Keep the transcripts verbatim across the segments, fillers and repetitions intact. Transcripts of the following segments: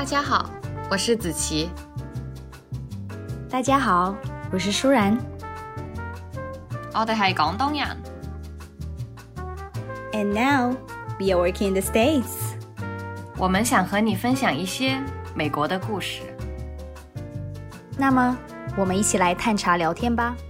大家好，我是子琪。 大家好，我是舒然。 我哋係廣東人。 And now, we are working in the States. 我們想和你分享一些美國的故事。 那麼，我們一起來探查聊天吧。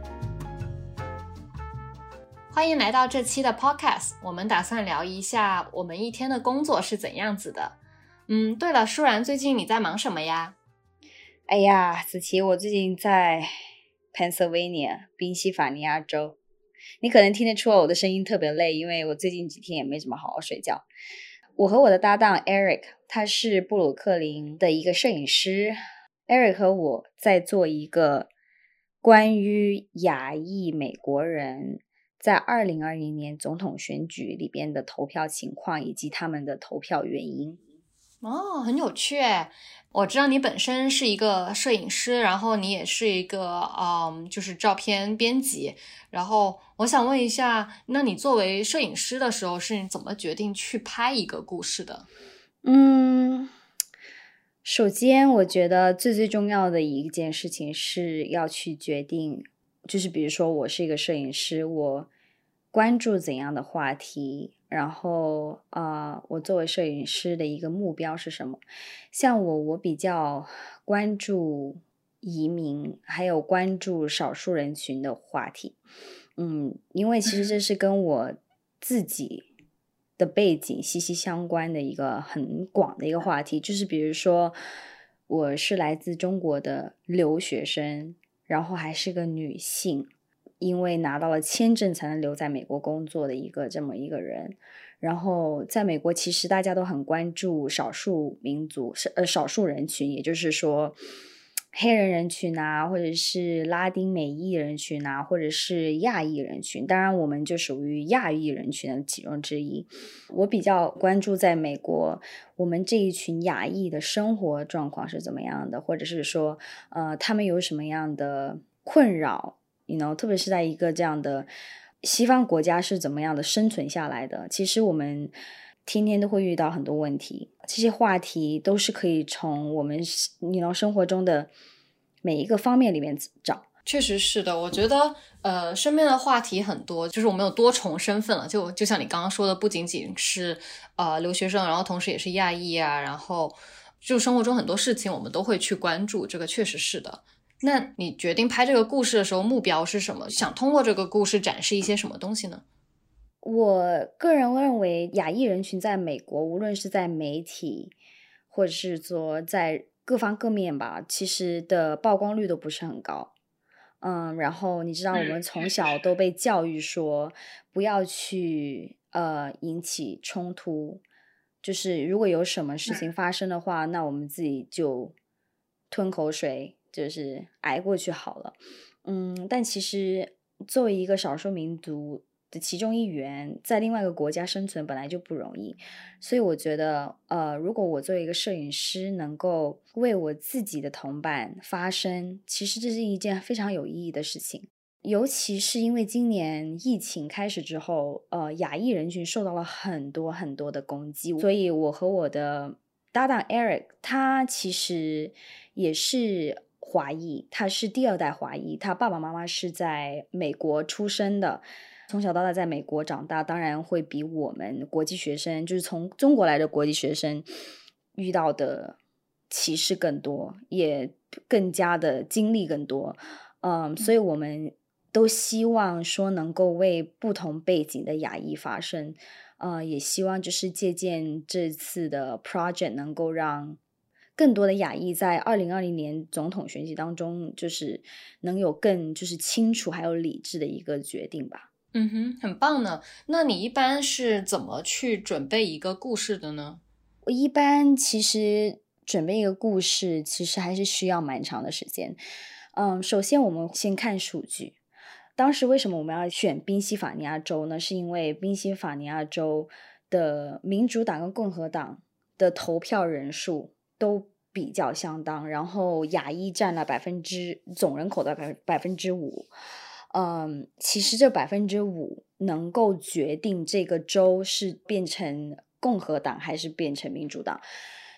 歡迎來到這期的 podcast， 我們打算聊一下我們一天的工作是怎樣子的。嗯，對了，舒然，最近你在忙什麼呀？ 哎呀，子琪，我最近在 Pennsylvania 賓夕法尼亞州。你可能聽得出我的聲音特別累，因為我最近幾天也沒怎麼好好睡覺。我和我的搭檔 Eric， 他是布魯克林的一個攝影師。Eric 和我在做一個關於亞裔美國人在二零二零年總統選舉裡邊的投票情況以及他們的投票原因。 哦，很有趣誒。我知道你本身是一個攝影師，然後你也是一個嗯，就是照片編輯。然後我想問一下，那你作為攝影師的時候是怎麼決定去拍一個故事的？ 嗯，首先我覺得最最重要的一件事情是要去決定，就是比如說我是一個攝影師，我關注怎樣的話題，然後呃，我作為攝影師的一個目標是什麼。像我我比較關注移民還有關注少數人群的話題，嗯，因為其實這是跟我自己的背景息息相關的一個很廣的一個話題。就是比如說我是來自中國的留學生，然後還是個女性，因為拿到了簽證才能留在美國工作的一個這麼一個人。然後在美國其實大家都很關注少數民族，呃，少數人群，也就是說黑人人群啊，或者是拉丁美裔人群啊，或者是亞裔人群。當然我們就屬於亞裔人群的其中之一。我比較關注在美國我們這一群亞裔的生活狀況是怎麼樣的，或者是說呃，他們有什麼樣的困擾，you know，特別是在一個這樣的西方國家是怎麼樣的生存下來的。其實我們天天都會遇到很多問題，這些話題都是可以從我們 you know 生活中的每一個方面裡面找。 確實是的，我覺得呃，身邊的話題很多，就是我們有多重身份了，就就像你剛剛說的，不僅僅是呃留學生，然後同時也是亞裔啊，然後就生活中很多事情我們都會去關注，這個確實是的。那你決定拍這個故事的時候目標是什麼？想通過這個故事展示一些什麼東西呢？ 我個人認為亞裔人群在美國，無論是在媒體或者是說在各方各面吧，其實的曝光率都不是很高。嗯，然後你知道我們從小都被教育說不要去呃引起衝突，就是如果有什麼事情發生的話，那我們自己就吞口水，就是挨過去好了。嗯，但其實作為一個少數民族的其中一員，在另外一個國家生存本來就不容易，所以我覺得呃，如果我作為一個攝影師能夠為我自己的同伴發聲，其實這是一件非常有意義的事情。尤其是因為今年疫情開始之後，呃，亞裔人群受到了很多很多的攻擊，所以我和我的搭檔 Eric， 他其實也是華裔，他是第二代華裔，他爸爸媽媽是在美國出生的，從小到大在美國長大，當然會比我們國際學生，就是從中國來的國際學生遇到的歧視更多，也更加的經歷更多。嗯，所以我們都希望說能夠為不同背景的亞裔發聲，呃，也希望就是借鑑這次的 project 能夠讓更多的亞裔在二零二零年總統選舉當中，就是能有更就是清楚還有理智的一個決定吧。 嗯哼，很棒呢。那你一般是怎麼去準備一個故事的呢？ 我一般其實準備一個故事，其實還是需要蠻長的時間。嗯，首先我們先看數據。當時為什麼我們要選賓夕法尼亞州呢？是因為賓夕法尼亞州的民主黨跟共和黨的投票人數都比較相當，然後亞裔佔了百分之總人口的百百分之五。嗯，其實這百分之五能夠決定這個州是變成共和黨還是變成民主黨。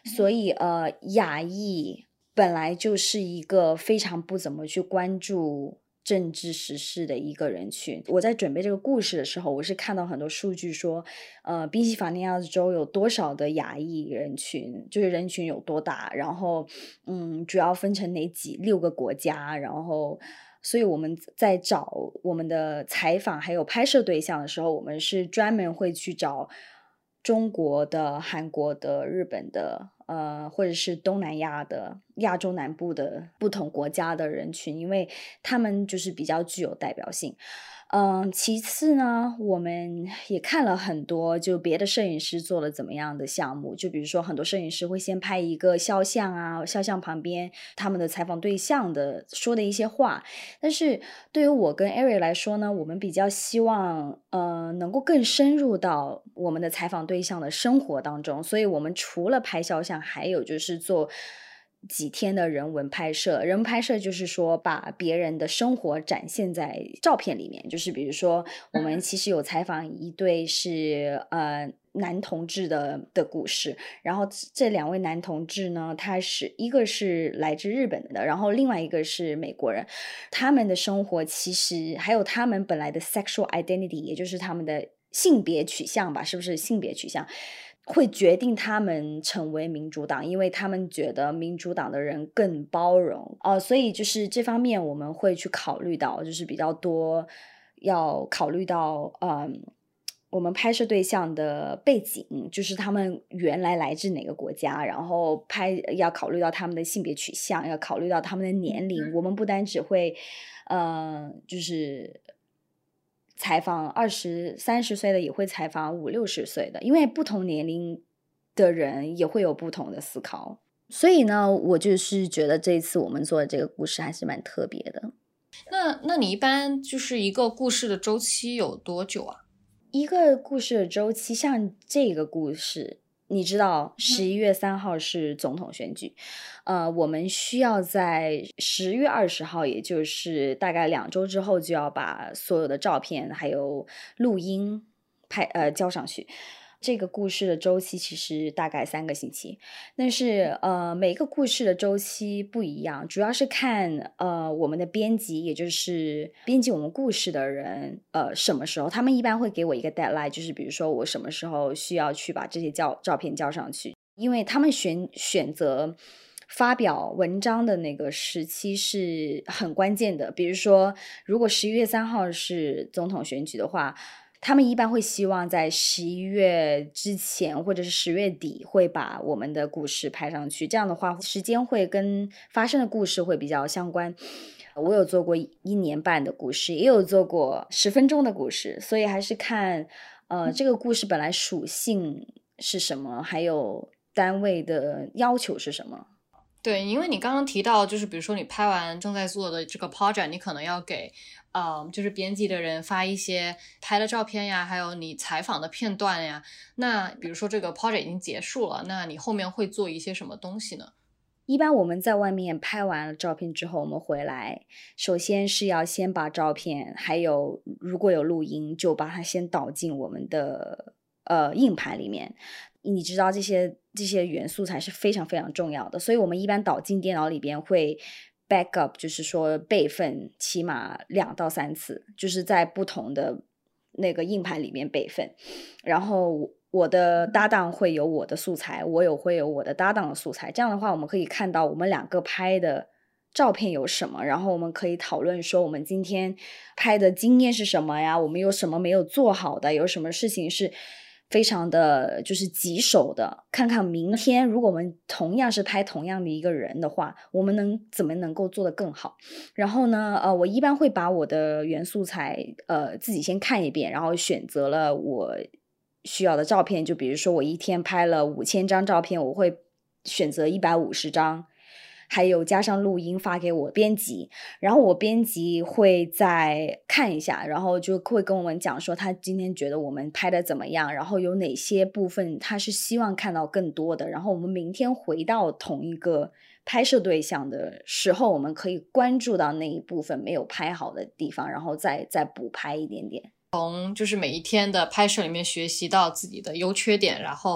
所以呃，亚裔本来就是一个非常不怎么去关注政治时事的一个人群。我在准备这个故事的时候，我是看到很多数据说，呃，宾夕法尼亚州有多少的亚裔人群，就是人群有多大，然后嗯，主要分成哪几六个国家，然后所以我们在找我们的采访还有拍摄对象的时候，我们是专门会去找中国的、韩国的、日本的，呃，或者是东南亚的、亚洲南部的不同国家的人群，因为他们就是比较具有代表性。嗯，其次呢，我们也看了很多就别的摄影师做了怎么样的项目，就比如说很多摄影师会先拍一个肖像啊，肖像旁边他们的采访对象的说的一些话，但是对于我跟 Ari 来说呢，我们比较希望呃能够更深入到我们的采访对象的生活当中，所以我们除了拍肖像，还有就是做几天的人文拍摄。人文拍摄就是说把别人的生活展现在照片里面，就是比如说我们其实有采访一对是呃男同志的的故事，然后这两位男同志呢，他是一个是来自日本的，然后另外一个是美国人，他们的生活其实还有他们本来的 sexual identity， 也就是他们的性别取向吧，是不是性别取向会决定他们成为民主党，因为他们觉得民主党的人更包容哦、呃，所以就是这方面我们会去考虑到，就是比较多要考虑到嗯。我们拍摄对象的背景，就是他们原来来自哪个国家，然后拍要考虑到他们的性别取向，要考虑到他们的年龄。我们不单只会，呃，就是采访二十三十岁的，也会采访五六十岁的，因为不同年龄的人也会有不同的思考。所以呢，我就是觉得这一次我们做的这个故事还是蛮特别的。 那那你一般就是一个故事的周期有多久啊？ 一个故事的周期，像这个故事，你知道十一月三号是总统选举，呃，我们需要在十月二十号，也就是大概两周之后，就要把所有的照片还有录音拍呃交上去。这个故事的周期其实大概三个星期，但是呃每个故事的周期不一样，主要是看呃我们的编辑，也就是编辑我们故事的人，呃什么时候，他们一般会给我一个 deadline， 就是比如说我什么时候需要去把这些照照片交上去，因为他们选选择发表文章的那个时期是很关键的。比如说如果十一月三号是总统选举的话，他们一般会希望在十一月之前或者是十月底会把我们的故事拍上去，这样的话时间会跟发生的故事会比较相关。我有做过一年半的故事，也有做过十分钟的故事，所以还是看呃这个故事本来属性是什么，还有单位的要求是什么。 对，因为你刚刚提到，就是比如说你拍完正在做的这个 project， 你可能要给呃，就是编辑的人发一些拍的照片呀，还有你采访的片段呀。那比如说这个 project 已经结束了，那你后面会做一些什么东西呢？ 一般我们在外面拍完了照片之后，我们回来首先是要先把照片还有如果有录音就把它先导进我们的呃硬盘里面。你知道这些这些元素才是非常非常重要的，所以我们一般导进电脑里边会 backup， 就是说备份起码两到三次，就是在不同的那个硬盘里面备份。然后我的搭档会有我的素材，我有会有我的搭档的素材，这样的话我们可以看到我们两个拍的照片有什么，然后我们可以讨论说我们今天拍的经验是什么呀，我们有什么没有做好的，有什么事情是非常的就是棘手的，看看明天如果我们同样是拍同样的一个人的话，我们能怎么能够做得更好。然后呢呃，我一般会把我的原素材呃自己先看一遍，然后选择了我需要的照片，就比如说我一天拍了五千张照片，我会选择一百五十张，还有加上录音发给我编辑，然后我编辑会再看一下，然后就会跟我们讲说他今天觉得我们拍的怎么样，然后有哪些部分他是希望看到更多的，然后我们明天回到同一个拍摄对象的时候，我们可以关注到那一部分没有拍好的地方，然后再再补拍一点点。 从就是每一天的拍摄里面学习到自己的优缺点，然后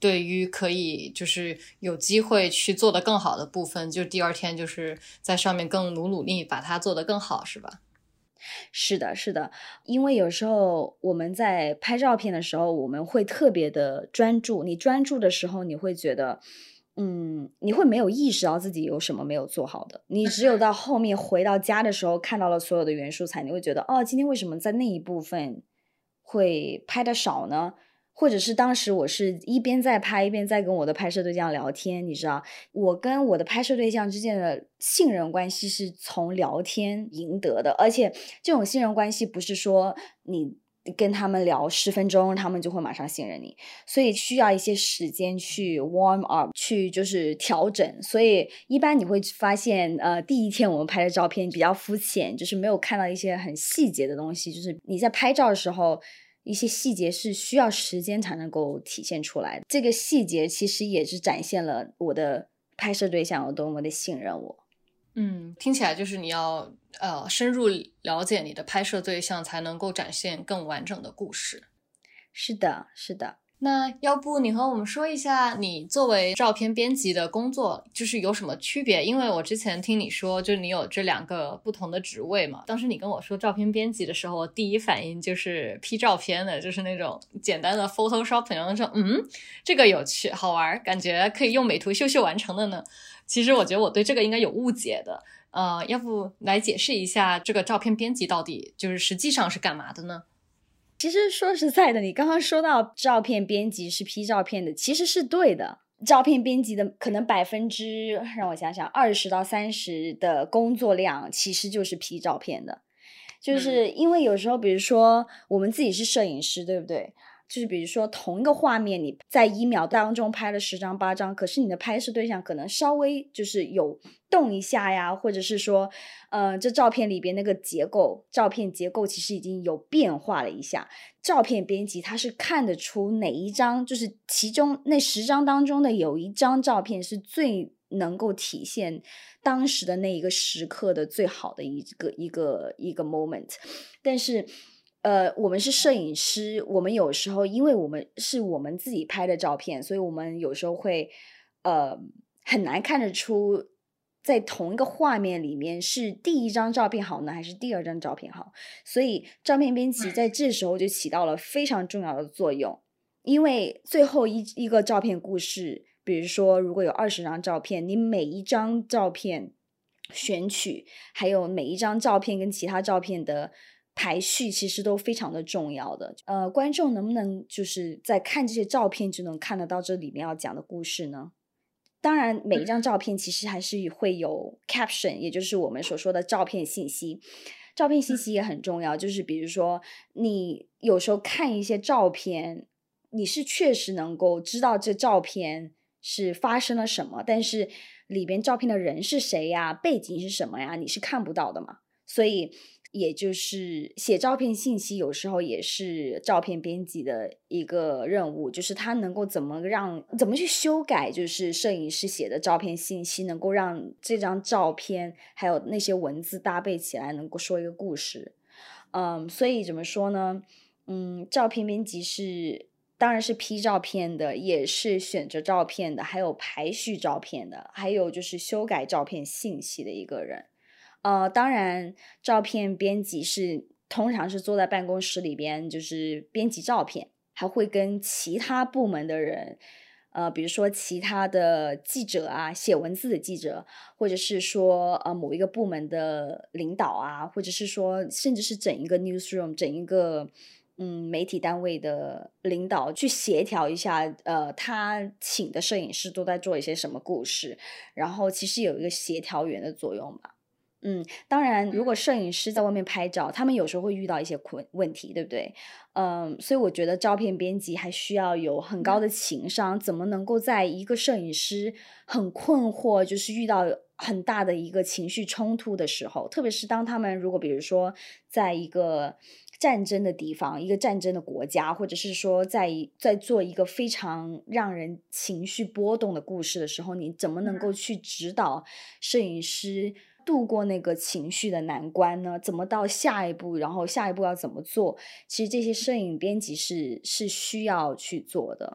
对于可以就是有机会去做得更好的部分，就第二天就是在上面更努努力把它做得更好，是吧？ 是的，是的，因为有时候我们在拍照片的时候，我们会特别的专注。你专注的时候，你会觉得，嗯，你会没有意识到自己有什么没有做好的。你只有到后面回到家的时候，看到了所有的原素材，你会觉得，哦，今天为什么在那一部分会拍的少呢？或者是当时我是一边在拍，一边在跟我的拍摄对象聊天，你知道，我跟我的拍摄对象之间的信任关系是从聊天赢得的，而且这种信任关系不是说你跟他们聊十分钟，他们就会马上信任你，所以需要一些时间去 warm up， 去就是调整。所以一般你会发现，呃，第一天我们拍的照片比较肤浅，就是没有看到一些很细节的东西，就是你在拍照的时候。一些细节是需要时间才能够体现出来的，这个细节其实也是展现了我的拍摄对象有多么的信任我。 嗯，听起来就是你要呃深入了解你的拍摄对象，才能够展现更完整的故事。 是的，是的。 那要不你和我们说一下你作为照片编辑的工作就是有什么区别？因为我之前听你说就你有这两个不同的职位嘛，当时你跟我说照片编辑的时候，我第一反应就是 P 照片的，就是那种简单的 Photoshop， 然后说嗯这个有趣好玩，感觉可以用美图秀秀完成的呢。其实我觉得我对这个应该有误解的，呃，要不来解释一下这个照片编辑到底就是实际上是干嘛的呢？ 其实说实在的，你刚刚说到照片编辑是 P 照片的，其实是对的。照片编辑的可能百分之让我想想二十到三十的工作量其实就是 P 照片的，就是因为有时候比如说我们自己是摄影师，对不对？就是比如说同一个画面你在一秒当中拍了十张八张，可是你的拍摄对象可能稍微就是有动一下呀，或者是说呃，这照片里边那个结构照片结构其实已经有变化了一下，照片编辑它是看得出哪一张就是其中那十张当中的有一张照片是最能够体现当时的那一个时刻的最好的一个一个一个 moment。 但是呃，我们是摄影师，我们有时候因为我们是我们自己拍的照片，所以我们有时候会呃很难看得出在同一个画面里面是第一张照片好呢还是第二张照片好，所以照片编辑在这时候就起到了非常重要的作用。因为最后一一个照片故事，比如说如果有二十张照片，你每一张照片选取还有每一张照片跟其他照片的排序其实都非常的重要的。呃，观众能不能就是在看这些照片就能看得到这里面要讲的故事呢？当然每一张照片其实还是会有 caption， 也就是我们所说的照片信息。照片信息也很重要，就是比如说你有时候看一些照片，你是确实能够知道这照片是发生了什么，但是里边照片的人是谁呀，背景是什么呀，你是看不到的嘛。所以也就是写照片信息有时候也是照片编辑的一个任务，就是他能够怎么让怎么去修改，就是摄影师写的照片信息能够让这张照片还有那些文字搭配起来能够说一个故事。嗯，所以怎么说呢，嗯，照片编辑是当然是 P 照片的，也是选择照片的，还有排序照片的，还有就是修改照片信息的一个人。呃，当然照片编辑是通常是坐在办公室里边就是编辑照片，还会跟其他部门的人呃，比如说其他的记者啊，写文字的记者，或者是说呃某一个部门的领导啊，或者是说甚至是整一个 newsroom 整一个嗯媒体单位的领导去协调一下呃他请的摄影师都在做一些什么故事，然后其实有一个协调员的作用吧。嗯，当然如果摄影师在外面拍照，他们有时候会遇到一些困问题，对不对？嗯，所以我觉得照片编辑还需要有很高的情商，怎么能够在一个摄影师很困惑，就是遇到很大的一个情绪冲突的时候，特别是当他们如果比如说在一个战争的地方，一个战争的国家，或者是说在在做一个非常让人情绪波动的故事的时候，你怎么能够去指导摄影师度过那个情绪的难关呢？怎么到下一步，然后下一步要怎么做？其实这些摄影编辑是是需要去做的。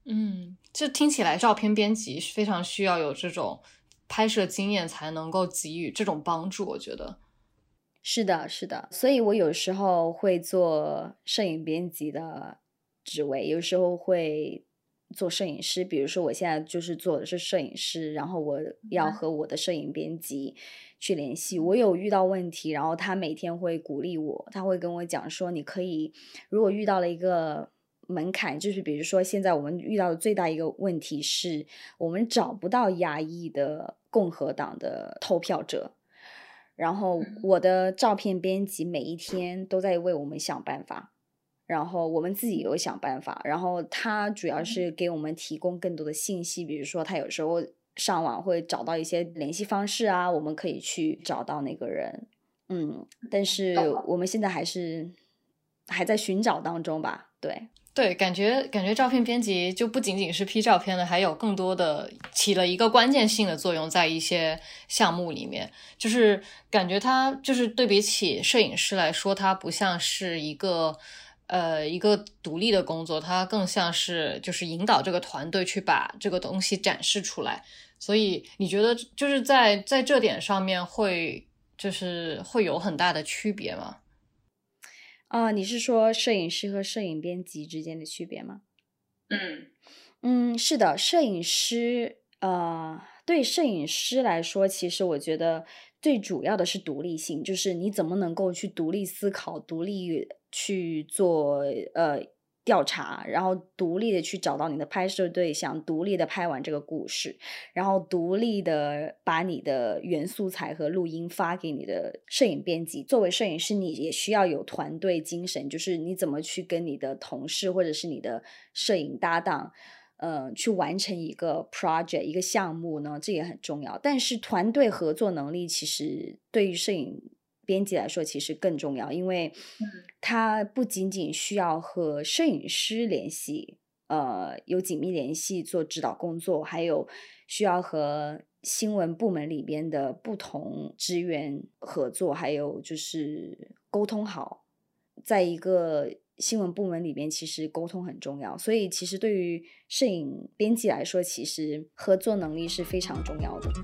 嗯，这听起来照片编辑非常需要有这种拍摄经验才能够给予这种帮助，我觉得。 是的，是的，所以我有时候会做摄影编辑的职位，有时候会做摄影师。比如说我现在就是做的是摄影师，然后我要和我的摄影编辑去联系。我有遇到问题，然后他每天会鼓励我，他会跟我讲说，你可以，如果遇到了一个门槛，就是比如说现在我们遇到的最大一个问题是我们找不到亚裔的共和党的投票者。然后我的照片编辑每一天都在为我们想办法，然后我们自己也有想办法，然后他主要是给我们提供更多的信息，比如说他有时候上网会找到一些联系方式啊，我们可以去找到那个人。嗯，但是我们现在还是还在寻找当中吧。对对，感觉感觉照片编辑就不仅仅是 P 照片的，还有更多的起了一个关键性的作用在一些项目里面。就是感觉它就是对比起摄影师来说，它不像是一个呃一个独立的工作，它更像是就是引导这个团队去把这个东西展示出来。所以你觉得就是在在这点上面会就是会有很大的区别吗？ 啊、呃，你是说摄影师和摄影编辑之间的区别吗？ 嗯嗯，是的，摄影师，呃，对摄影师来说，其实我觉得最主要的是独立性，就是你怎么能够去独立思考、独立去做呃调查，然后独立的去找到你的拍摄对象，独立的拍完这个故事，然后独立的把你的原素材和录音发给你的摄影编辑。作为摄影师，你也需要有团队精神，就是你怎么去跟你的同事或者是你的摄影搭档呃，去完成一个 project 一个项目呢，这也很重要。但是团队合作能力其实对于摄影编辑来说其实更重要，因为他不仅仅需要和摄影师联系，呃，有紧密联系做指导工作，还有需要和新闻部门里边的不同职员合作，还有就是沟通好。在一个新闻部门里边，其实沟通很重要，所以其实对于摄影编辑来说，其实合作能力是非常重要的。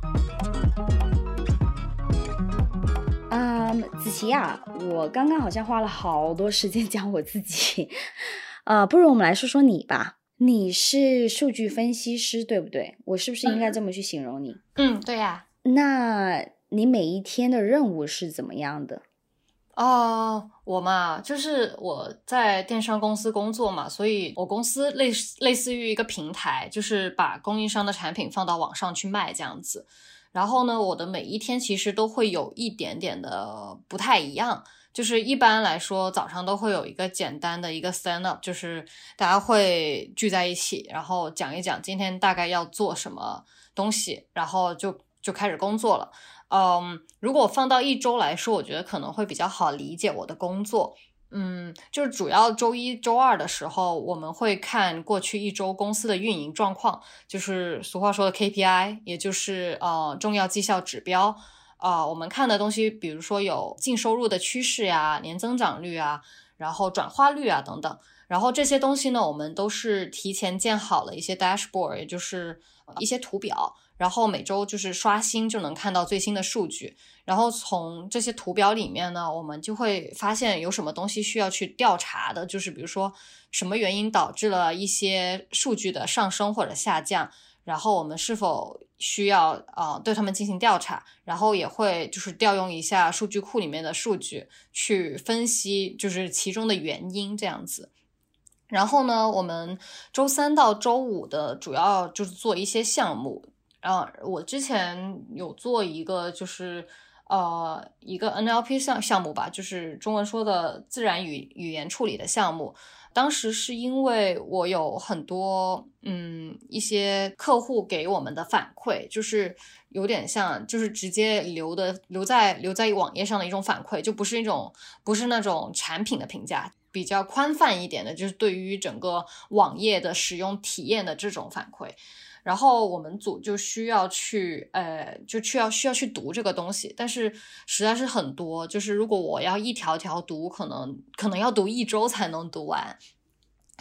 啊、嗯，子琪啊，我刚刚好像花了好多时间讲我自己，呃，不如我们来说说你吧。你是数据分析师，对不对？我是不是应该这么去形容你？ 嗯，对呀。 那你每一天的任务是怎么样的？ 哦，我嘛，就是我在电商公司工作嘛，所以我公司类似类似于一个平台，就是把供应商的产品放到网上去卖这样子。然后呢，我的每一天其实都会有一点点的不太一样。就是一般来说，早上都会有一个简单的一个 stand up，就是大家会聚在一起，然后讲一讲今天大概要做什么东西，然后就就开始工作了。嗯，如果放到一周来说，我觉得可能会比较好理解我的工作。嗯，就是主要周一周二的时候，我们会看过去一周公司的运营状况，就是俗话说的 K P I， 也就是呃重要绩效指标。啊、呃，我们看的东西，比如说有净收入的趋势呀、年增长率啊，然后转化率啊等等。然后这些东西呢，我们都是提前建好了一些 dashboard， 也就是一些图表。然后每周就是刷新就能看到最新的数据，然后从这些图表里面呢，我们就会发现有什么东西需要去调查的，就是比如说什么原因导致了一些数据的上升或者下降，然后我们是否需要呃对他们进行调查，然后也会就是调用一下数据库里面的数据去分析就是其中的原因这样子。然后呢，我们周三到周五的主要就是做一些项目。啊，我之前有做一个就是呃一个 N L P 项项目吧，就是中文说的自然语语言处理的项目。当时是因为我有很多嗯一些客户给我们的反馈，就是有点像就是直接留的留在留在网页上的一种反馈，就不是一种不是那种产品的评价，比较宽泛一点的，就是对于整个网页的使用体验的这种反馈。然后我们组就需要去呃就需要需要去读这个东西，但是实在是很多，就是如果我要一条条读，可能可能要读一周才能读完。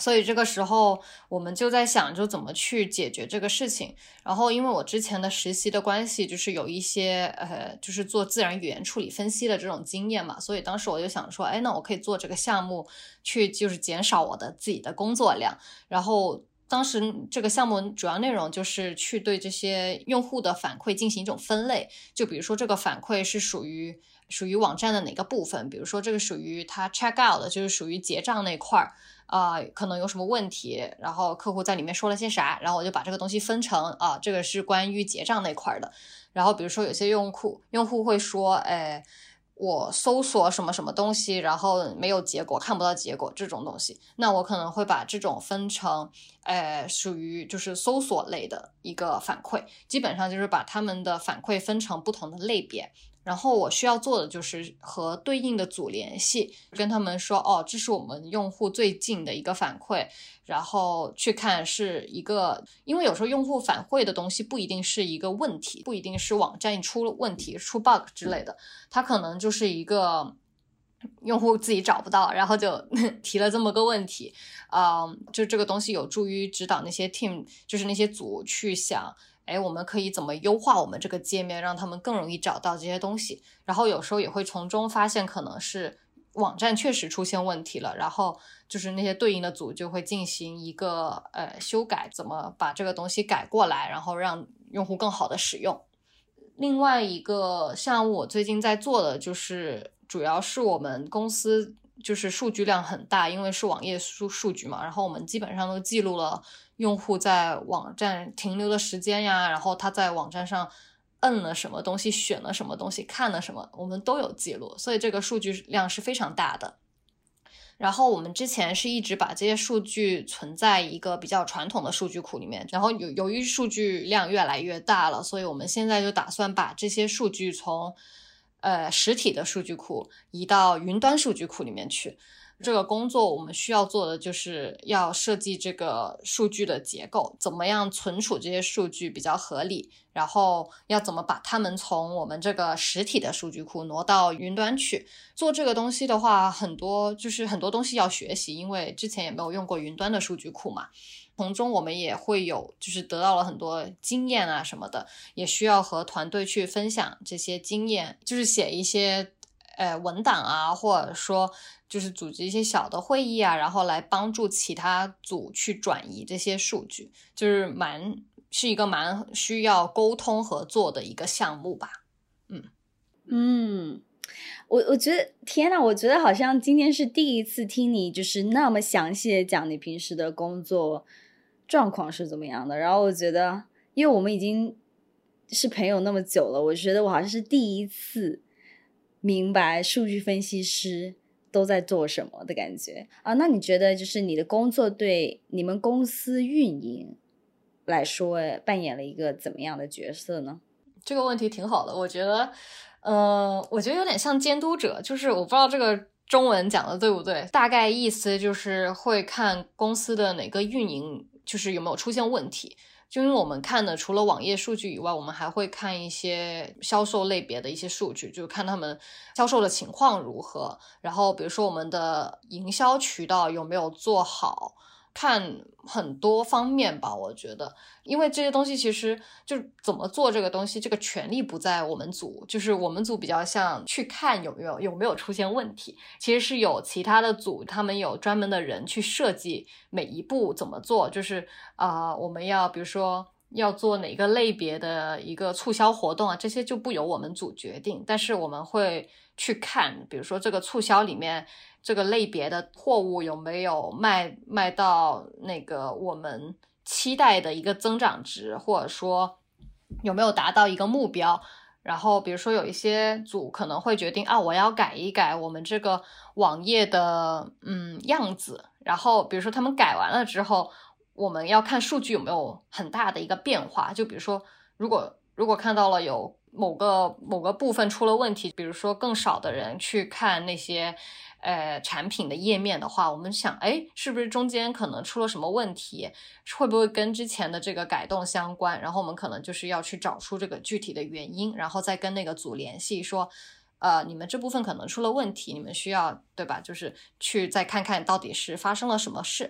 所以这个时候我们就在想就怎么去解决这个事情。然后因为我之前的实习的关系，就是有一些呃，就是做自然语言处理分析的这种经验嘛，所以当时我就想说，哎，那我可以做这个项目去就是减少我的自己的工作量。然后当时这个项目主要内容就是去对这些用户的反馈进行一种分类，就比如说这个反馈是属于属于网站的哪个部分，比如说这个属于它 check out 的，就是属于结账那块儿啊、呃，可能有什么问题，然后客户在里面说了些啥，然后我就把这个东西分成啊、呃，这个是关于结账那块的。然后比如说有些用户用户会说，哎，我搜索什么什么东西，然后没有结果，看不到结果这种东西，那我可能会把这种分成，呃，属于就是搜索类的一个反馈，基本上就是把他们的反馈分成不同的类别。然后我需要做的就是和对应的组联系，跟他们说，哦，这是我们用户最近的一个反馈，然后去看是一个，因为有时候用户反馈的东西不一定是一个问题，不一定是网站出了问题出 bug 之类的，它可能就是一个用户自己找不到，然后就提了这么个问题，嗯，就这个东西有助于指导那些 team， 就是那些组去想，哎，我们可以怎么优化我们这个界面，让他们更容易找到这些东西。然后有时候也会从中发现可能是网站确实出现问题了，然后就是那些对应的组就会进行一个呃修改，怎么把这个东西改过来，然后让用户更好的使用。另外一个项目我最近在做的就是主要是我们公司就是数据量很大，因为是网页数数据嘛，然后我们基本上都记录了用户在网站停留的时间呀，然后他在网站上摁了什么东西，选了什么东西，看了什么，我们都有记录，所以这个数据量是非常大的。然后我们之前是一直把这些数据存在一个比较传统的数据库里面，然后由由于数据量越来越大了，所以我们现在就打算把这些数据从呃实体的数据库移到云端数据库里面去。这个工作我们需要做的就是要设计这个数据的结构，怎么样存储这些数据比较合理，然后要怎么把它们从我们这个实体的数据库挪到云端去。做这个东西的话，很多就是很多东西要学习，因为之前也没有用过云端的数据库嘛，从中我们也会有就是得到了很多经验啊什么的，也需要和团队去分享这些经验，就是写一些呃文档啊，或者说就是组织一些小的会议啊，然后来帮助其他组去转移这些数据，就是蛮是一个蛮需要沟通合作的一个项目吧。嗯嗯，我我觉得天哪，我觉得好像今天是第一次听你就是那么详细的讲你平时的工作状况是怎么样的。然后我觉得，因为我们已经是朋友那么久了，我觉得我好像是第一次明白数据分析师都在做什么的感觉啊。那你觉得就是你的工作对你们公司运营来说扮演了一个怎么样的角色呢？ 这个问题挺好的，我觉得呃，我觉得有点像监督者，就是我不知道这个中文讲的对不对，大概意思就是会看公司的哪个运营就是有没有出现问题。就因为我们看的除了网页数据以外，我们还会看一些销售类别的一些数据，就看他们销售的情况如何，然后比如说我们的营销渠道有没有做好，看很多方面吧。我觉得因为这些东西其实就怎么做这个东西，这个权利不在我们组，就是我们组比较像去看有没有有没有出现问题，其实是有其他的组，他们有专门的人去设计每一步怎么做，就是啊、呃，我们要比如说要做哪个类别的一个促销活动啊，这些就不由我们组决定，但是我们会去看，比如说这个促销里面这个类别的货物有没有卖卖到那个我们期待的一个增长值，或者说有没有达到一个目标。然后比如说有一些组可能会决定啊，我要改一改我们这个网页的嗯样子，然后比如说他们改完了之后，我们要看数据有没有很大的一个变化，就比如说如果如果看到了有某个某个部分出了问题，比如说更少的人去看那些呃产品的页面的话，我们想哎，是不是中间可能出了什么问题，会不会跟之前的这个改动相关，然后我们可能就是要去找出这个具体的原因，然后再跟那个组联系说呃，你们这部分可能出了问题，你们需要对吧，就是去再看看到底是发生了什么事。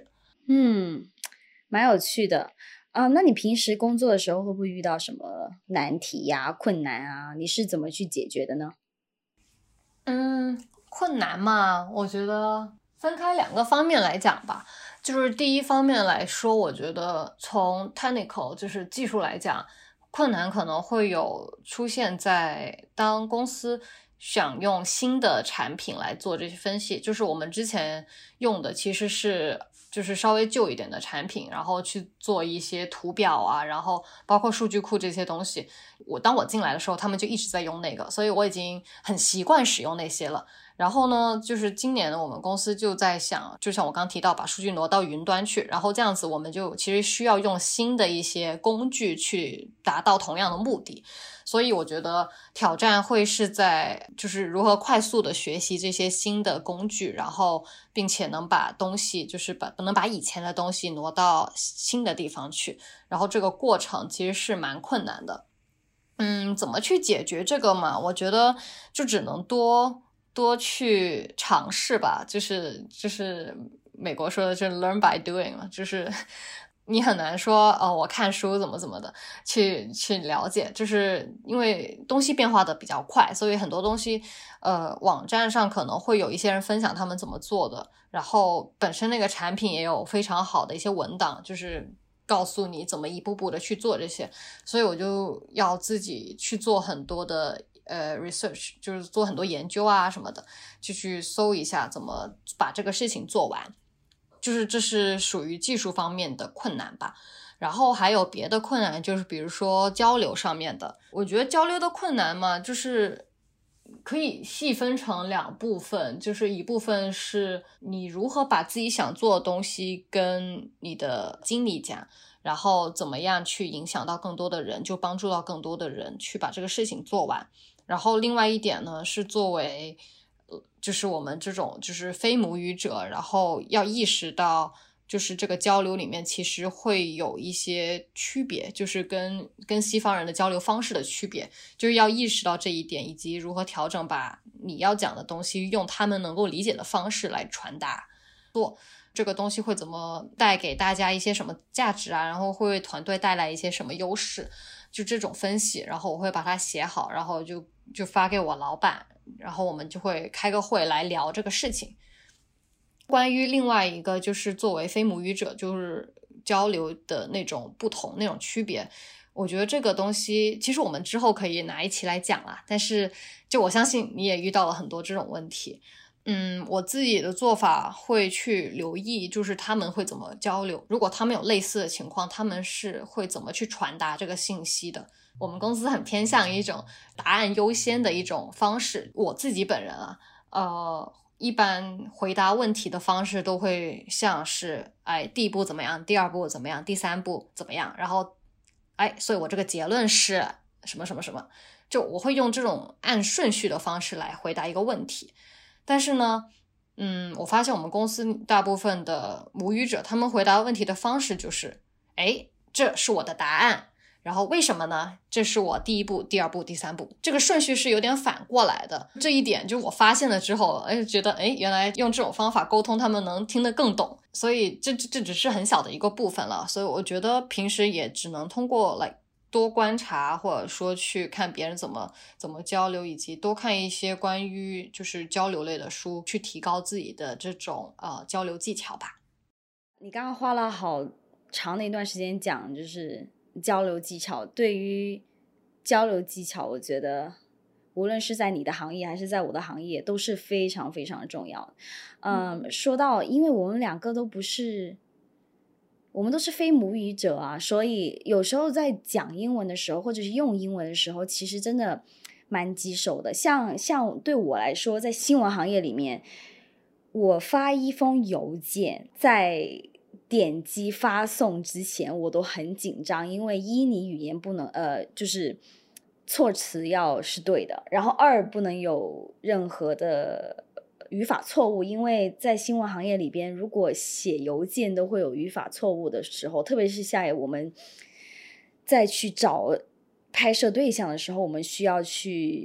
嗯，蛮有趣的啊。那你平时工作的时候会不会遇到什么难题呀、困难啊？你是怎么去解决的呢？ 嗯，困难嘛，我觉得分开两个方面来讲吧。就是第一方面来说，我觉得从 technical 就是技术来讲，困难可能会有出现在当公司想用新的产品来做这些分析，就是我们之前用的其实是就是稍微旧一点的产品，然后去做一些图表啊，然后包括数据库这些东西。我当我进来的时候，他们就一直在用那个，所以我已经很习惯使用那些了。然后呢，就是今年我们公司就在想，就像我刚提到，把数据挪到云端去，然后这样子我们就其实需要用新的一些工具去达到同样的目的。所以我觉得挑战会是在就是如何快速的学习这些新的工具，然后并且能把东西就是把能把以前的东西挪到新的地方去，然后这个过程其实是蛮困难的。嗯，怎么去解决这个嘛？我觉得就只能多多去尝试吧，就是就是美国说的就是 learn by doing 嘛，就是你很难说哦，我看书怎么怎么的去去了解，就是因为东西变化的比较快，所以很多东西呃网站上可能会有一些人分享他们怎么做的，然后本身那个产品也有非常好的一些文档，就是告诉你怎么一步步的去做这些，所以我就要自己去做很多的呃 research， 就是做很多研究啊什么的，就去搜一下怎么把这个事情做完，就是这是属于技术方面的困难吧。然后还有别的困难，就是比如说交流上面的，我觉得交流的困难嘛，就是可以细分成两部分，就是一部分是你如何把自己想做的东西跟你的经理讲，然后怎么样去影响到更多的人，就帮助到更多的人去把这个事情做完。然后另外一点呢，是作为就是我们这种就是非母语者，然后要意识到就是这个交流里面其实会有一些区别，就是跟跟西方人的交流方式的区别，就是要意识到这一点，以及如何调整把你要讲的东西用他们能够理解的方式来传达。做这个东西会怎么带给大家一些什么价值啊，然后会为团队带来一些什么优势，就这种分析，然后我会把它写好，然后就就发给我老板，然后我们就会开个会来聊这个事情。关于另外一个就是作为非母语者就是交流的那种不同那种区别，我觉得这个东西其实我们之后可以拿一起来讲啦，但是就我相信你也遇到了很多这种问题。嗯，我自己的做法会去留意就是他们会怎么交流，如果他们有类似的情况，他们是会怎么去传达这个信息的。我们公司很偏向一种答案优先的一种方式，我自己本人啊呃一般回答问题的方式都会像是哎第一步怎么样，第二步怎么样，第三步怎么样，然后哎所以我这个结论是什么什么什么，就我会用这种按顺序的方式来回答一个问题。但是呢嗯，我发现我们公司大部分的母语者他们回答问题的方式就是哎这是我的答案，然后为什么呢？这是我第一步、第二步、第三步，这个顺序是有点反过来的。这一点就我发现了之后，哎，觉得哎，原来用这种方法沟通，他们能听得更懂。所以这这这只是很小的一个部分了。所以我觉得平时也只能通过来多观察，或者说去看别人怎么怎么交流，以及多看一些关于就是交流类的书，去提高自己的这种呃交流技巧吧。 你刚刚花了好长的一段时间讲，就是交流技巧。对于交流技巧，我觉得无论是在你的行业还是在我的行业都是非常非常重要。嗯，嗯说到因为我们两个都不是我们都是非母语者啊，所以有时候在讲英文的时候或者是用英文的时候，其实真的蛮棘手的。像像对我来说，在新闻行业里面，我发一封邮件在点击发送之前我都很紧张，因为一你语言不能呃就是措辞要是对的，然后二不能有任何的语法错误，因为在新闻行业里边，如果写邮件都会有语法错误的时候，特别是在我们再去找拍摄对象的时候，我们需要去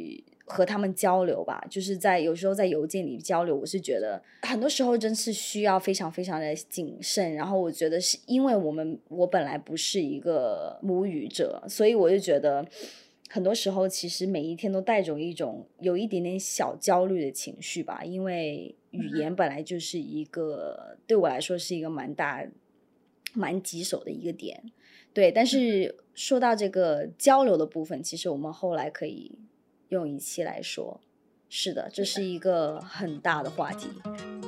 和他们交流吧，就是在有时候在邮件里交流，我是觉得很多时候真是需要非常非常的谨慎。然后我觉得是因为我们我本来不是一个母语者，所以我就觉得很多时候其实每一天都带着一种有一点点小焦虑的情绪吧，因为语言本来就是一个对我来说是一个蛮大蛮棘手的一个点。对，但是说到这个交流的部分，其实我们后来可以用一期来说。是的，这是一个很大的话题。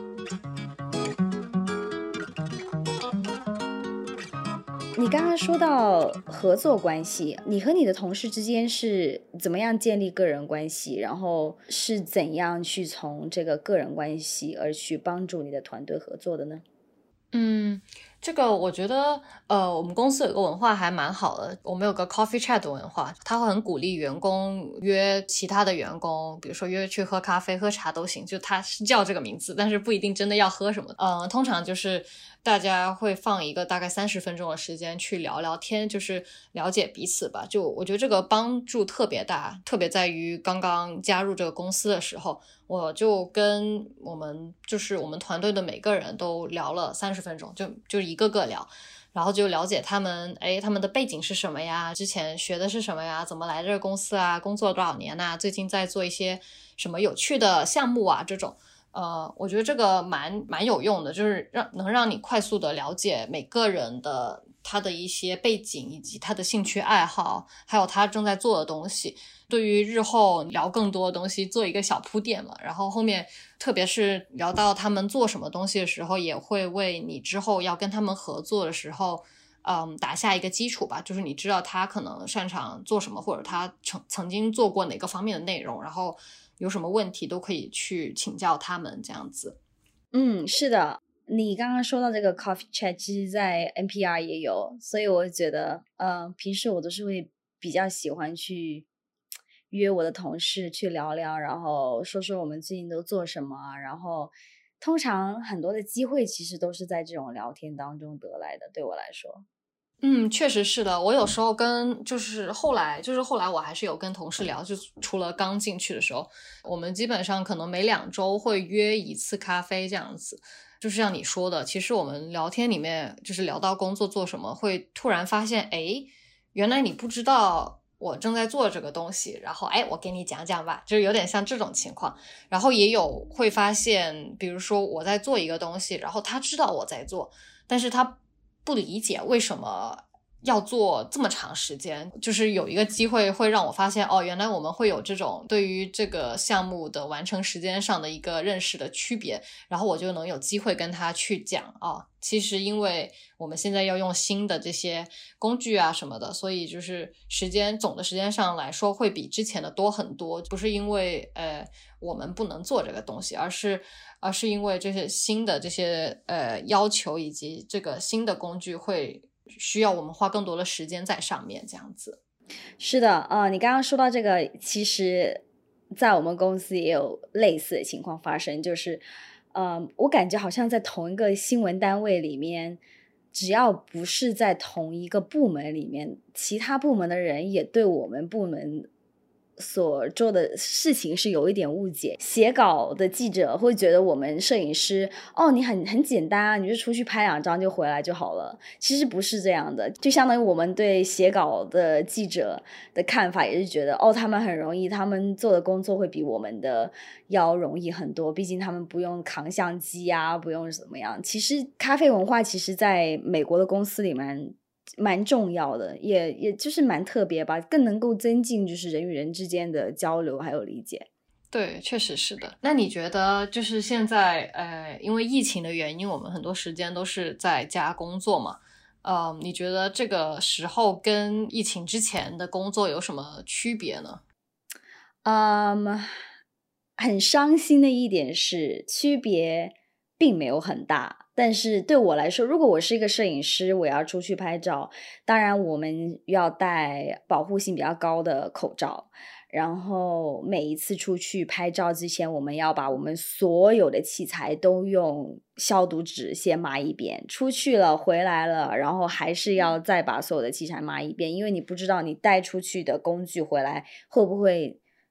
你刚刚说到合作关系，你和你的同事之间是怎么样建立个人关系，然后是怎样去从这个个人关系而去帮助你的团队合作的呢？ 嗯，这个我觉得，呃，我们公司有个文化还蛮好的，我们有个 coffee chat 的文化，他会很鼓励员工约其他的员工，比如说约去喝咖啡、喝茶都行，就他是叫这个名字，但是不一定真的要喝什么。呃，通常就是大家会放一个大概三十分钟的时间去聊聊天，就是了解彼此吧。就我觉得这个帮助特别大，特别在于刚刚加入这个公司的时候。我就跟我们就是我们团队的每个人都聊了三十分钟，就就一个个聊，然后就了解他们，哎，他们的背景是什么呀？之前学的是什么呀？怎么来这个公司啊？工作了多少年啊？最近在做一些什么有趣的项目啊？这种，呃，我觉得这个蛮蛮有用的，就是让能让你快速的了解每个人的他的一些背景以及他的兴趣爱好，还有他正在做的东西。对于日后聊更多的东西做一个小铺垫嘛，然后后面特别是聊到他们做什么东西的时候，也会为你之后要跟他们合作的时候嗯，打下一个基础吧，就是你知道他可能擅长做什么，或者他曾曾经做过哪个方面的内容，然后有什么问题都可以去请教他们这样子。 嗯，是的，你刚刚说到这个 coffee chat，其实在 N P R 也有，所以我觉得，呃，平时我都是会比较喜欢去约我的同事去聊聊，然后说说我们最近都做什么啊，然后通常很多的机会其实都是在这种聊天当中得来的，对我来说。 嗯，确实是的。我有时候跟就是后来就是后来我还是有跟同事聊，就除了刚进去的时候，我们基本上可能每两周会约一次咖啡这样子。就是像你说的，其实我们聊天里面就是聊到工作做什么，会突然发现，诶，原来你不知道我正在做这个东西，然后诶，我给你讲讲吧，就是有点像这种情况。然后也有会发现，比如说我在做一个东西，然后他知道我在做，但是他不理解为什么要做这么长时间，就是有一个机会会让我发现，哦，原来我们会有这种对于这个项目的完成时间上的一个认识的区别，然后我就能有机会跟他去讲啊、哦，其实因为我们现在要用新的这些工具啊什么的，所以就是时间总的时间上来说会比之前的多很多，不是因为呃我们不能做这个东西，而是而是因为这些新的这些呃要求以及这个新的工具会需要我们花更多的时间在上面，这样子。 是的，呃，你刚刚说到这个，其实在我们公司也有类似的情况发生，就是，呃，我感觉好像在同一个新闻单位里面，只要不是在同一个部门里面，其他部门的人也对我们部门所做的事情是有一点误解。写稿的记者会觉得我们摄影师，哦，你很很简单啊，你就出去拍两张就回来就好了。其实不是这样的，就相当于我们对写稿的记者的看法也是觉得，哦，他们很容易，他们做的工作会比我们的要容易很多，毕竟他们不用扛相机啊，不用怎么样。其实咖啡文化其实在美国的公司里面蛮重要的，也也就是蛮特别吧，更能够增进就是人与人之间的交流还有理解。 对，确实是的。那你觉得就是现在呃因为疫情的原因，我们很多时间都是在家工作嘛，呃你觉得这个时候跟疫情之前的工作有什么区别呢？ 嗯，很伤心的一点是区别并没有很大，但是对我来说，如果我是一个摄影师，我要出去拍照，当然我们要戴保护性比较高的口罩，然后每一次出去拍照之前，我们要把我们所有的器材都用消毒纸先抹一遍，出去了回来了，然后还是要再把所有的器材抹一遍，因为你不知道你带出去的工具回来会不会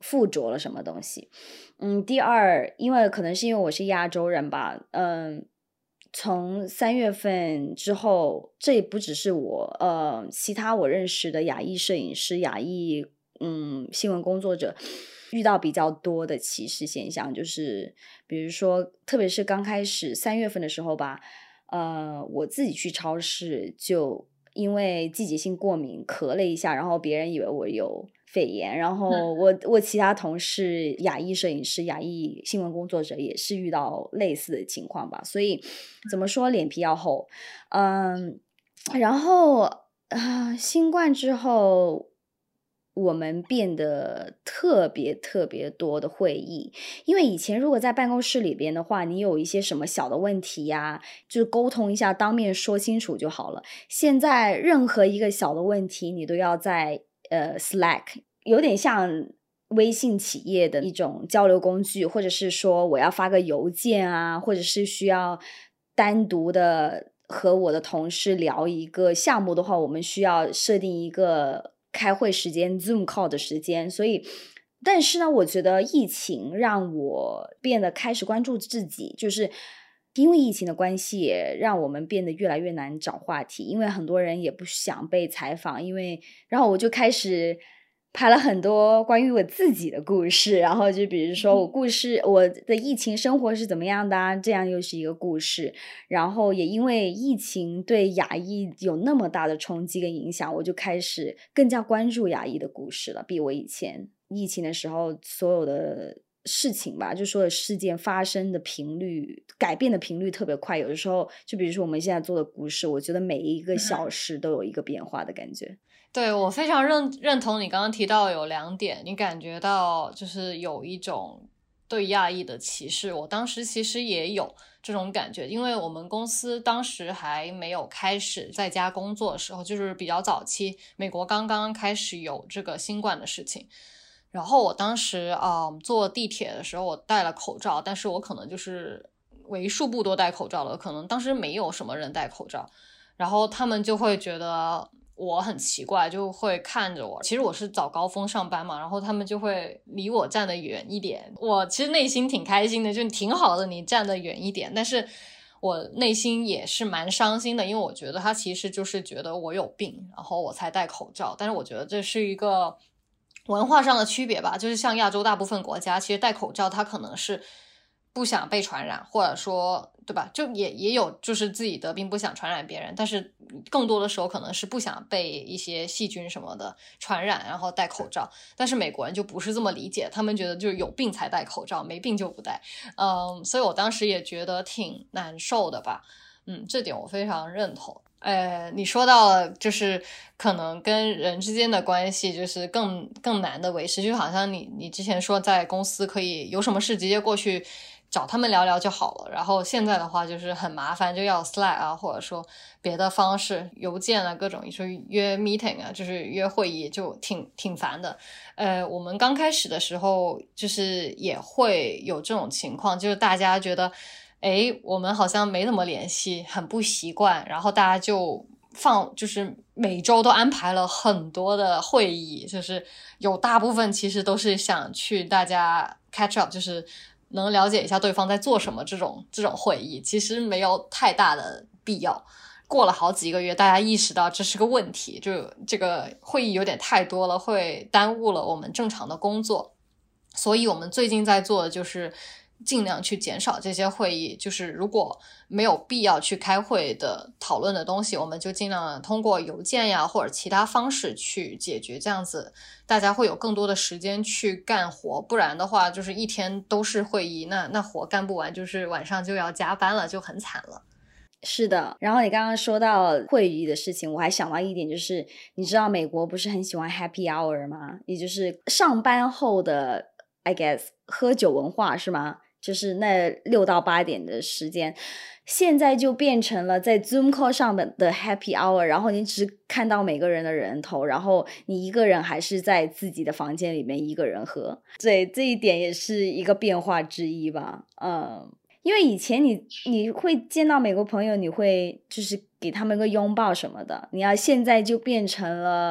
附着了什么东西。嗯，第二，因为可能是因为我是亚洲人吧，嗯，从三月份之后，这也不只是我，呃，其他我认识的亚裔摄影师、亚裔嗯新闻工作者遇到比较多的歧视现象，就是比如说，特别是刚开始三月份的时候吧，呃，我自己去超市就因为季节性过敏咳了一下，然后别人以为我有肺炎，然后我我其他同事亚裔摄影师、亚裔新闻工作者也是遇到类似的情况吧，所以怎么说脸皮要厚，嗯，然后啊、呃新冠之后。我们变得特别特别多的会议，因为以前如果在办公室里边的话，你有一些什么小的问题呀，就沟通一下，当面说清楚就好了。现在任何一个小的问题，你都要在呃 Slack，有点像微信企业的一种交流工具，或者是说我要发个邮件啊，或者是需要单独的和我的同事聊一个项目的话，我们需要设定一个开会时间 Zoom call 的时间，所以但是呢，我觉得疫情让我变得开始关注自己，就是因为疫情的关系，也让我们变得越来越难找话题，因为很多人也不想被采访，因为然后我就开始拍了很多关于我自己的故事，然后就比如说我故事我的疫情生活是怎么样的啊，这样又是一个故事。然后也因为疫情对亚裔有那么大的冲击跟影响，我就开始更加关注亚裔的故事了，比我以前疫情的时候所有的事情吧，就说事件发生的频率改变的频率特别快，有的时候就比如说我们现在做的故事，我觉得每一个小时都有一个变化的感觉。 对，我非常认认同你刚刚提到有两点，你感觉到就是有一种对亚裔的歧视，我当时其实也有这种感觉，因为我们公司当时还没有开始在家工作的时候，就是比较早期，美国刚刚开始有这个新冠的事情。然后我当时啊、嗯、坐地铁的时候我戴了口罩，但是我可能就是为数不多戴口罩了，可能当时没有什么人戴口罩，然后他们就会觉得我很奇怪，就会看着我。其实我是早高峰上班嘛，然后他们就会离我站得远一点。我其实内心挺开心的，就挺好的，你站得远一点。但是我内心也是蛮伤心的，因为我觉得他其实就是觉得我有病，然后我才戴口罩。但是我觉得这是一个文化上的区别吧，就是像亚洲大部分国家，其实戴口罩它可能是不想被传染，或者说对吧，就也也有就是自己得病不想传染别人，但是更多的时候可能是不想被一些细菌什么的传染，然后戴口罩。但是美国人就不是这么理解，他们觉得就是有病才戴口罩，没病就不戴。嗯，所以我当时也觉得挺难受的吧。嗯，这点我非常认同。呃，你说到了，就是可能跟人之间的关系就是更更难的维持，就好像你你之前说在公司可以有什么事直接过去找他们聊聊就好了，然后现在的话就是很麻烦，就要 Slack 啊，或者说别的方式，邮件啊，各种说约 meeting 啊，就是约会议，就挺挺烦的。呃，我们刚开始的时候就是也会有这种情况，就是大家觉得诶，我们好像没怎么联系，很不习惯，然后大家就放，就是每周都安排了很多的会议，就是有大部分其实都是想去大家 catch up，就是能了解一下对方在做什么这种这种会议，其实没有太大的必要。过了好几个月，大家意识到这是个问题，就这个会议有点太多了，会耽误了我们正常的工作。所以我们最近在做的就是尽量去减少这些会议，就是如果没有必要去开会的讨论的东西，我们就尽量通过邮件呀或者其他方式去解决，这样子大家会有更多的时间去干活，不然的话就是一天都是会议，那那活干不完，就是晚上就要加班了，就很惨了。 是的，然后你刚刚说到会议的事情，我还想到一点，就是你知道美国不是很喜欢 happy hour 吗？也就是上班后的 I guess 喝酒文化是吗？就是那六到八点的时间，现在就变成了在 Zoom call 上的的 happy hour，然后你只看到每个人的人头，然后你一个人还是在自己的房间里面一个人喝，对，这一点也是一个变化之一吧，嗯。因为以前你你会见到美国朋友，你会就是给他们个拥抱什么的，你要现在就变成了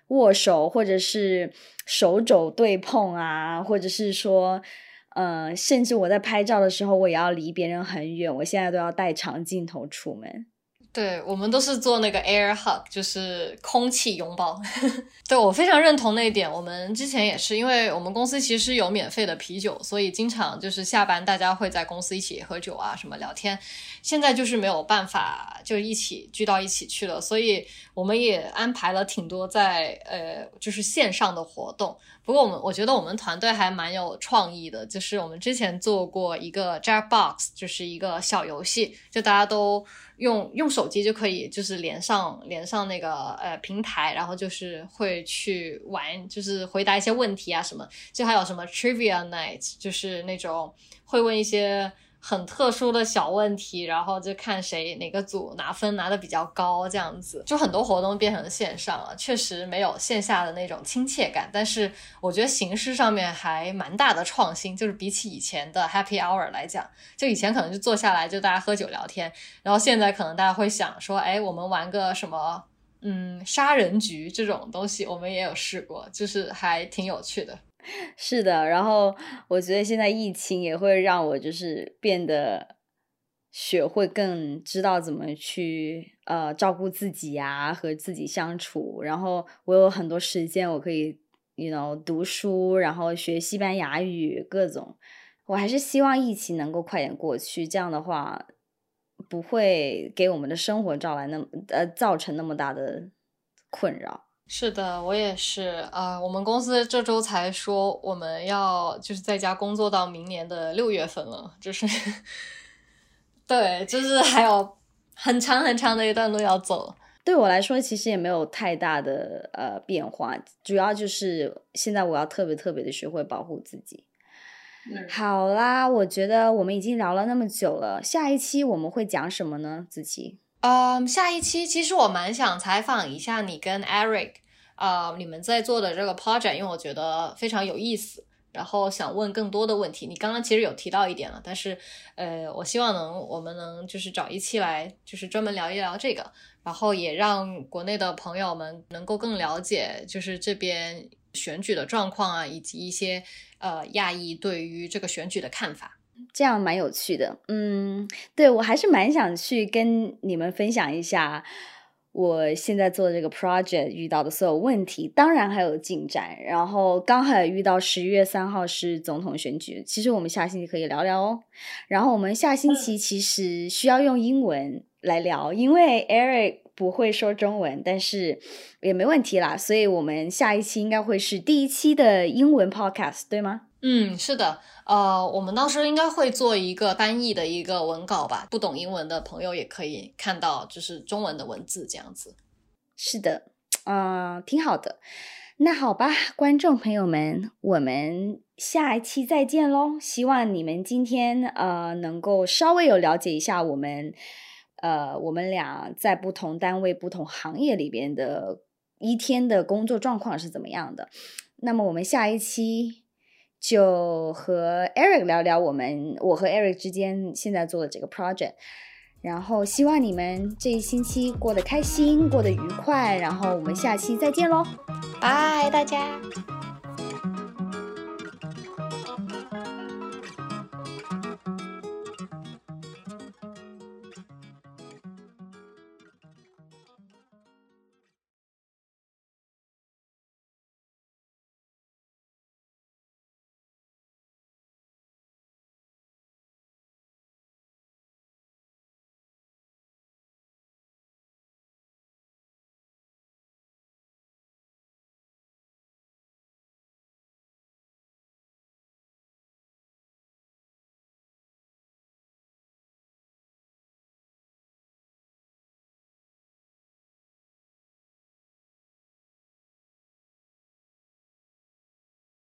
握手，或者是手肘对碰啊，或者是说呃，甚至我在拍照的时候我也要离别人很远，我现在都要带长镜头出门。 对，我们都是做那个 air hug， 就是空气拥抱。对，我非常认同那一点。我们之前也是，因为我们公司其实有免费的啤酒，所以经常就是下班大家会在公司一起喝酒啊，什么聊天。现在就是没有办法就一起聚到一起去了，所以我们也安排了挺多在呃就是线上的活动。不过我们我觉得我们团队还蛮有创意的，就是我们之前做过一个 Jackbox， 就是一个小游戏，就大家都用用手机就可以就是连上连上那个呃平台，然后就是会去玩，就是回答一些问题啊什么，就还有什么 Trivia Night， 就是那种会问一些很特殊的小问题，然后就看谁哪个组拿分拿的比较高，这样子就很多活动变成线上了，确实没有线下的那种亲切感，但是我觉得形式上面还蛮大的创新，就是比起以前的 Happy Hour 来讲，就以前可能就坐下来就大家喝酒聊天，然后现在可能大家会想说，哎，我们玩个什么嗯杀人局这种东西，我们也有试过，就是还挺有趣的。 是的，然后我觉得现在疫情也会让我就是变得学会更知道怎么去呃照顾自己啊，和自己相处，然后我有很多时间我可以 you know 读书，然后学西班牙语各种。我还是希望疫情能够快点过去，这样的话不会给我们的生活造来那么呃造成那么大的困扰。 是的，我也是啊、呃，我们公司这周才说我们要就是在家工作到明年的六月份了，就是对，就是还有很长很长的一段路要走。 对我来说其实也没有太大的呃变化，主要就是现在我要特别特别的学会保护自己。嗯、好啦，我觉得我们已经聊了那么久了，下一期我们会讲什么呢？子琪？ 嗯，下一期其实我蛮想采访一下你跟 Eric， 呃，你们在做的这个 project， 因为我觉得非常有意思，然后想问更多的问题。你刚刚其实有提到一点了，但是呃，我希望能我们能就是找一期来就是专门聊一聊这个，然后也让国内的朋友们能够更了解就是这边选举的状况啊，以及一些呃亚裔对于这个选举的看法。 这样蛮有趣的。嗯，对，我还是蛮想去跟你们分享一下我现在做的这个 project 遇到的所有问题，当然还有进展，然后刚好也遇到十一月三号是总统选举，其实我们下星期可以聊聊哦。然后我们下星期其实需要用英文来聊，因为 Eric 不会说中文，但是也没问题啦，所以我们下一期应该会是第一期的英文 podcast， 对吗？ 嗯，是的，呃，我们到时候应该会做一个翻译的一个文稿吧，不懂英文的朋友也可以看到，就是中文的文字这样子。 是的，嗯、呃，挺好的。那好吧，观众朋友们，我们下一期再见咯。希望你们今天呃能够稍微有了解一下我们呃我们俩在不同单位、不同行业里边的一天的工作状况是怎么样的。那么我们下一期就和 Eric 聊聊我们我和 Eric 之间现在做的这个 project， 然后希望你们这一星期过得开心，过得愉快，然后我们下期再见咯， 拜大家。